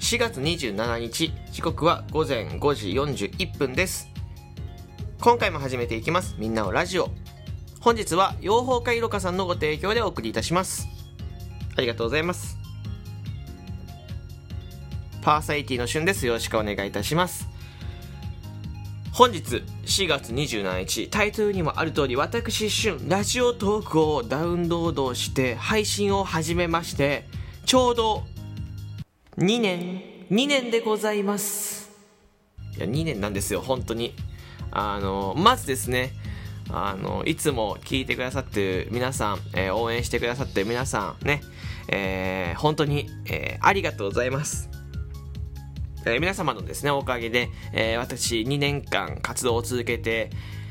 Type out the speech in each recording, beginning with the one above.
4月27日、時刻は午前5時41分です。今回も始めていきます、みんなのラジオ。本日は養蜂家いろかさんのご提供でお送りいたします。ありがとうございます。パーサイティのしゅんです。よろしくお願いいたします。本日4月27日、タイトルにもある通り、私しゅんラジオトークをダウンロードして配信を始めまして、ちょうど2年でございます。いや2年なんですよ、本当に。まずですね、いつも聞いてくださってる皆さん、応援してくださってる皆さんね、本当に、ありがとうございます。皆様のですねおかげで、私2年間活動を続けて、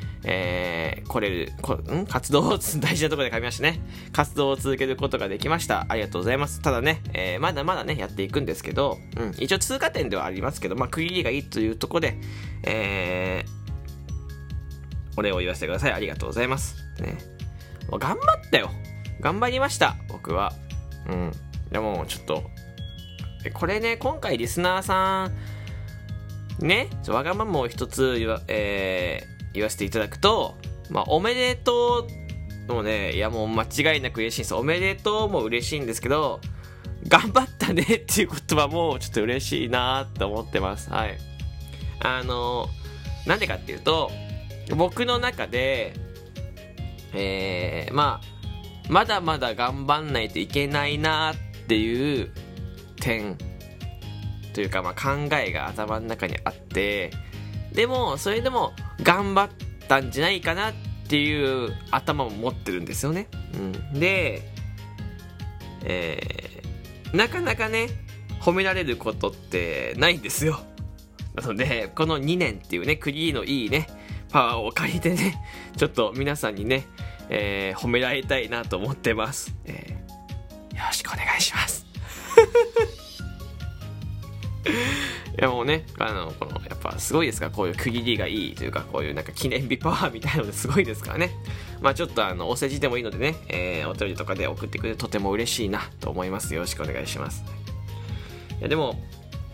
活動を大事なところで噛みましたね。活動を続けることができました。ありがとうございます。ただね、まだまだねやっていくんですけど、一応通過点ではありますけど、区切りがいいというところで、お礼を言わせてください。ありがとうございます、ね、もう頑張ったよ。頑張りました僕は。でもちょっとこれね、今回リスナーさんね、わがままを一つ言わせていただくと、おめでとうもね、いやもう間違いなく嬉しいんです。おめでとうも嬉しいんですけど、頑張ったねっていう言葉もちょっと嬉しいなと思ってます。はい。なんでかっていうと、僕の中で、まだまだ頑張んないといけないなっていう点というか、考えが頭の中にあって、でもそれでも頑張ったんじゃないかなっていう頭も持ってるんですよね。で、なかなかね褒められることってないんですよ。なのでこの2年っていうね、区切りのいいねパワーを借りてね、ちょっと皆さんにね、褒められたいなと思ってます。よろしくお願いしますいやもうね、このやっぱすごいですから、こういう区切りがいいというか、こういうなんか記念日パワーみたいなのですごいですからね。ちょっとお世辞でもいいのでね、お便りとかで送ってくれてとても嬉しいなと思います。よろしくお願いします。いやでも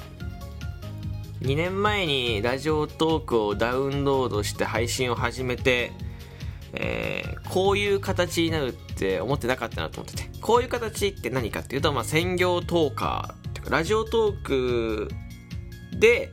2年前にラジオトークをダウンロードして配信を始めて、こういう形になるって思ってなかったなと思ってて、こういう形って何かっていうと、専業トーカーっていうかラジオトークで、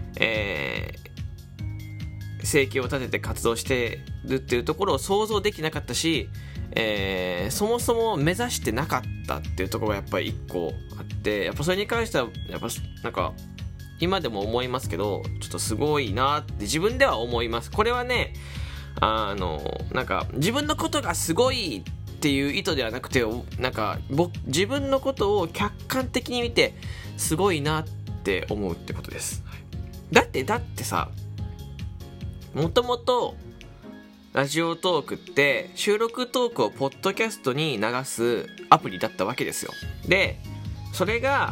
生計を立てて活動してるっていうところを想像できなかったし、そもそも目指してなかったっていうところがやっぱり一個あって、やっぱそれに関してはやっぱなんか今でも思いますけど、ちょっとすごいなって自分では思います。これはね、なんか自分のことがすごいっていう意図ではなくて、なんか自分のことを客観的に見てすごいなって思うってことです。だってさ、もともとラジオトークって収録トークをポッドキャストに流すアプリだったわけですよ。で、それが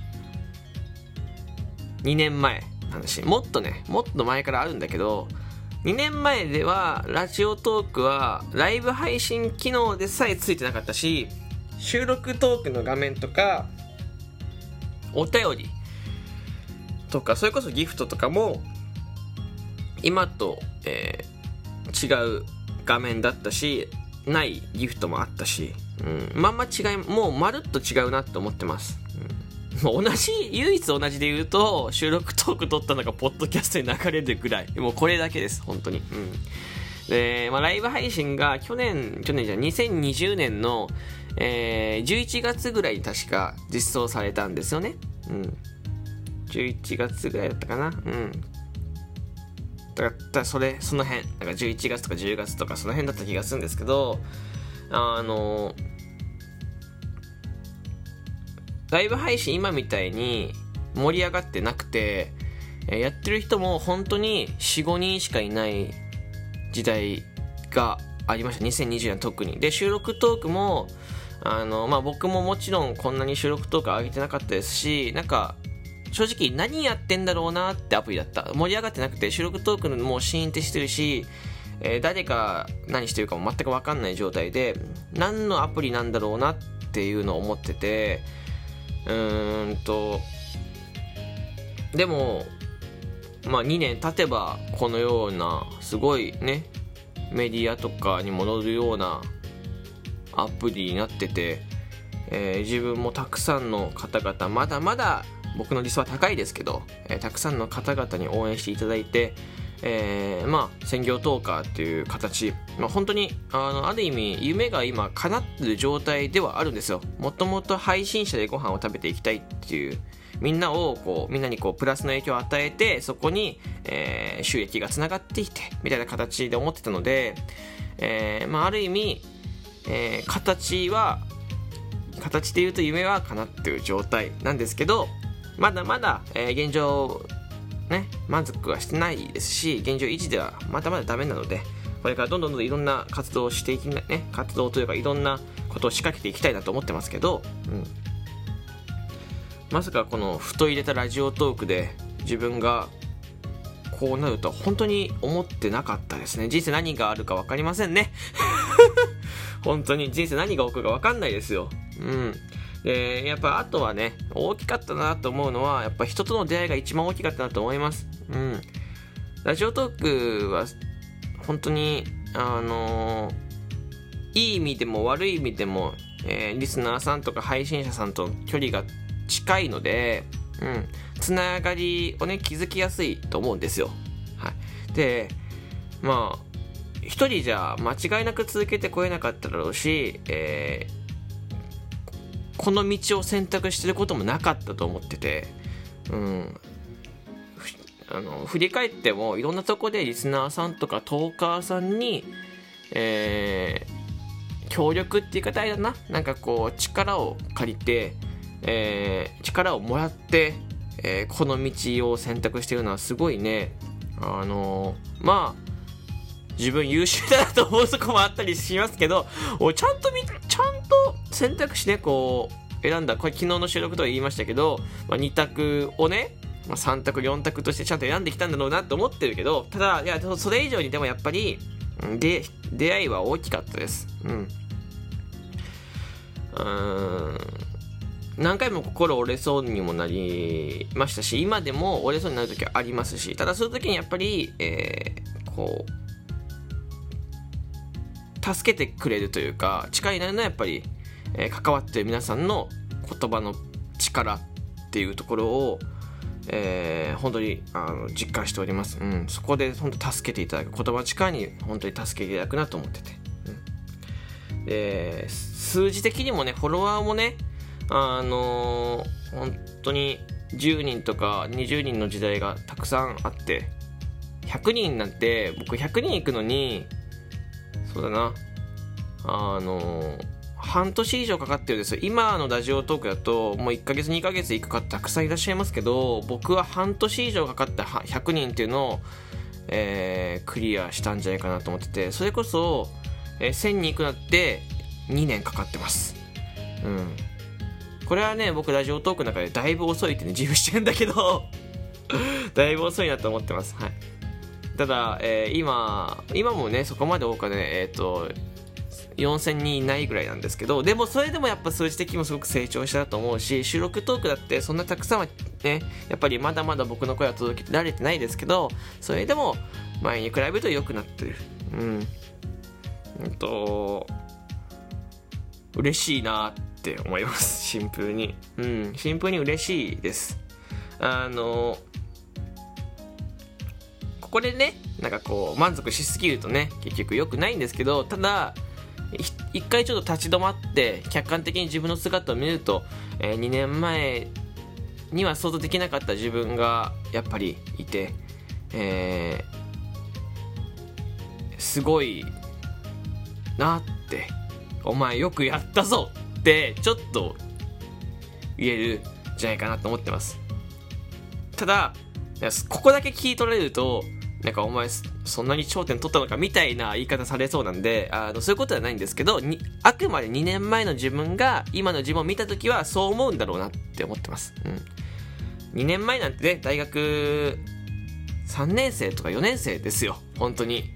2年前の話、もっと前からあるんだけど、2年前ではラジオトークはライブ配信機能でさえついてなかったし、収録トークの画面とかお便りとか、それこそギフトとかも今と、違う画面だったし、ないギフトもあったし、もうまるっと違うなって思ってます。唯一同じで言うと、収録トーク撮ったのがポッドキャストに流れるぐらい、もうこれだけです本当に。で、ライブ配信が2020年の、11月ぐらいに確か実装されたんですよね。11月ぐらいだったかな。だからその辺なんか11月とか10月とかその辺だった気がするんですけど、ライブ配信今みたいに盛り上がってなくて、やってる人も本当に 4,5 人しかいない時代がありました。2020年特に。で、収録トークも僕ももちろんこんなに収録トーク上げてなかったですし、なんか正直何やってんだろうなってアプリだった。盛り上がってなくて、収録トークのもうシーンってしてるし、誰が何してるかも全く分かんない状態で、何のアプリなんだろうなっていうのを思ってて、 でも2年経てばこのようなすごいねメディアとかにも載るようなアプリになってて、自分もたくさんの方々、まだまだ僕の理想は高いですけど、たくさんの方々に応援していただいて、専業トーカーっていう形、本当にある意味夢が今叶ってる状態ではあるんですよ。もともと配信者でご飯を食べていきたいっていう、みんなにプラスの影響を与えて、そこに、収益がつながっていてみたいな形で思ってたので、ある意味、形で言うと夢は叶っている状態なんですけど、まだまだ、現状ね満足はしてないですし、現状維持ではまだまだダメなので、これからどんどんいろんな活動をしていきなね、活動というかいろんなことを仕掛けていきたいなと思ってますけど、まさかこのふと入れたラジオトークで自分がこうなるとは本当に思ってなかったですね。人生何があるか分かりませんね本当に人生何が起こるか分かんないですよ。でやっぱあとはね、大きかったなと思うのはやっぱ人との出会いが一番大きかったなと思います。ラジオトークは本当にいい意味でも悪い意味でも、リスナーさんとか配信者さんとの距離が近いので、つながりをね築きやすいと思うんですよ。で一人じゃ間違いなく続けてこえなかっただろうし、この道を選択してることもなかったと思ってて、振り返ってもいろんなとこでリスナーさんとかトーカーさんに、協力って言い方だな、なんか力を借りて、力をもらって、この道を選択しているのはすごいね、自分優秀だなと思うとこもあったりしますけど、ちゃんと選択肢ね選んだ。これ昨日の収録とは言いましたけど、2択をね、3択4択としてちゃんと選んできたんだろうなと思ってるけど、ただそれ以上にでもやっぱり出会いは大きかったです。何回も心折れそうにもなりましたし、今でも折れそうになる時はありますし、ただそういう時にやっぱり、助けてくれるというか力になるのはやっぱり、関わっている皆さんの言葉の力っていうところを、本当に実感しております。そこで本当助けていただく、言葉の力に本当に助けていただくなと思ってて、で数字的にもね、フォロワーもね、本当に10人とか20人の時代がたくさんあって、100人なんて僕100人行くのにそうだな半年以上かかってるんですよ。今のラジオトークだともう1ヶ月2ヶ月行く方たくさんいらっしゃいますけど、僕は半年以上かかった100人っていうのを、クリアしたんじゃないかなと思ってて、それこそ、1000人行くのって2年かかってます。これはね、僕ラジオトークの中でだいぶ遅いってね自負してるんだけどだいぶ遅いなと思ってます。ただ、今もねそこまで多くね4000人いないぐらいなんですけど、でもそれでもやっぱ数字的にもすごく成長したと思うし、収録トークだってそんなたくさんはねやっぱりまだまだ僕の声は届けられてないですけど、それでも前に比べると良くなってる。嬉しいなって思います。シンプルにシンプルに嬉しいです。ここでねなんか満足しすぎるとね結局良くないんですけど、ただ一回ちょっと立ち止まって客観的に自分の姿を見ると、2年前には想像できなかった自分がやっぱりいて、すごいなって、お前よくやったぞってちょっと言えるんじゃないかなと思ってます。ただここだけ聞い取れるとなんかお前そんなに頂点取ったのかみたいな言い方されそうなんで、そういうことはないんですけど、あくまで2年前の自分が今の自分を見たときはそう思うんだろうなって思ってます。2年前なんてね大学3年生とか4年生ですよ本当に。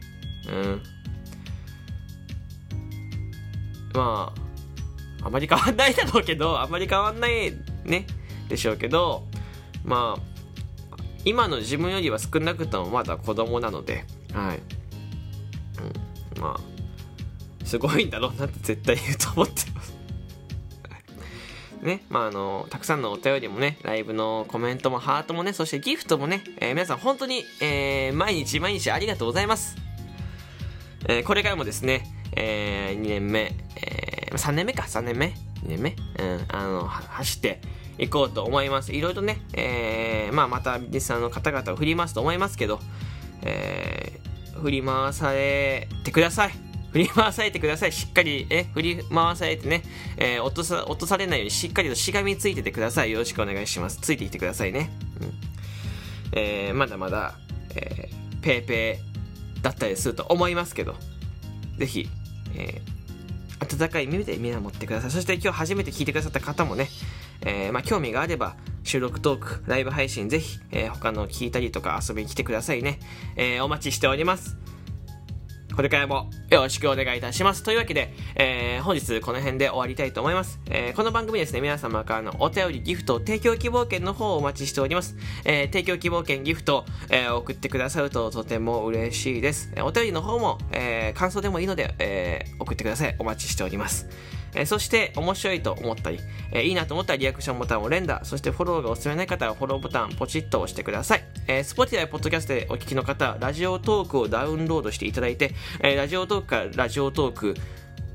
あまり変わんないだろうけど、あまり変わんないねでしょうけど、 今の自分よりは少なくともまだ子供なので、はい、まあすごいんだろうなって絶対言うと思ってますね、たくさんのお便りもね、ライブのコメントもハートもね、そしてギフトもね、皆さん本当に、毎日毎日ありがとうございます。これからもですね、2年目、3年目か、3年目 ?2 年目、走っていこうと思います。いろいろね、またリスナーの方々を振り回すと思いますけど、振り回されてください。振り回されてください。しっかり振り回されてね、落とされないようにしっかりとしがみついててください。よろしくお願いします。ついてきてくださいね。まだまだ、ペーペーだったりすると思いますけど、ぜひ、温かい耳で見守ってください。そして今日初めて聞いてくださった方もね、興味があれば収録トーク、ライブ配信ぜひ、他の聞いたりとか遊びに来てくださいね。お待ちしております。これからもよろしくお願いいたします。というわけで、本日この辺で終わりたいと思います。この番組ですね、皆様からのお便り、ギフト、提供希望券の方をお待ちしております。提供希望券、ギフト、送ってくださるととても嬉しいです。お便りの方も、感想でもいいので、送ってください。お待ちしております。そして面白いと思ったり、いいなと思ったらリアクションボタンを連打、そしてフォローがおすすめない方はフォローボタンポチッと押してください。Spotify ポッドキャストでお聞きの方はラジオトークをダウンロードしていただいて、ラジオトークからラジオトーク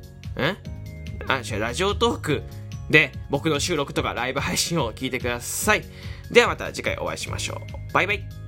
ラジオトークで僕の収録とかライブ配信を聞いてください。ではまた次回お会いしましょう。バイバイ。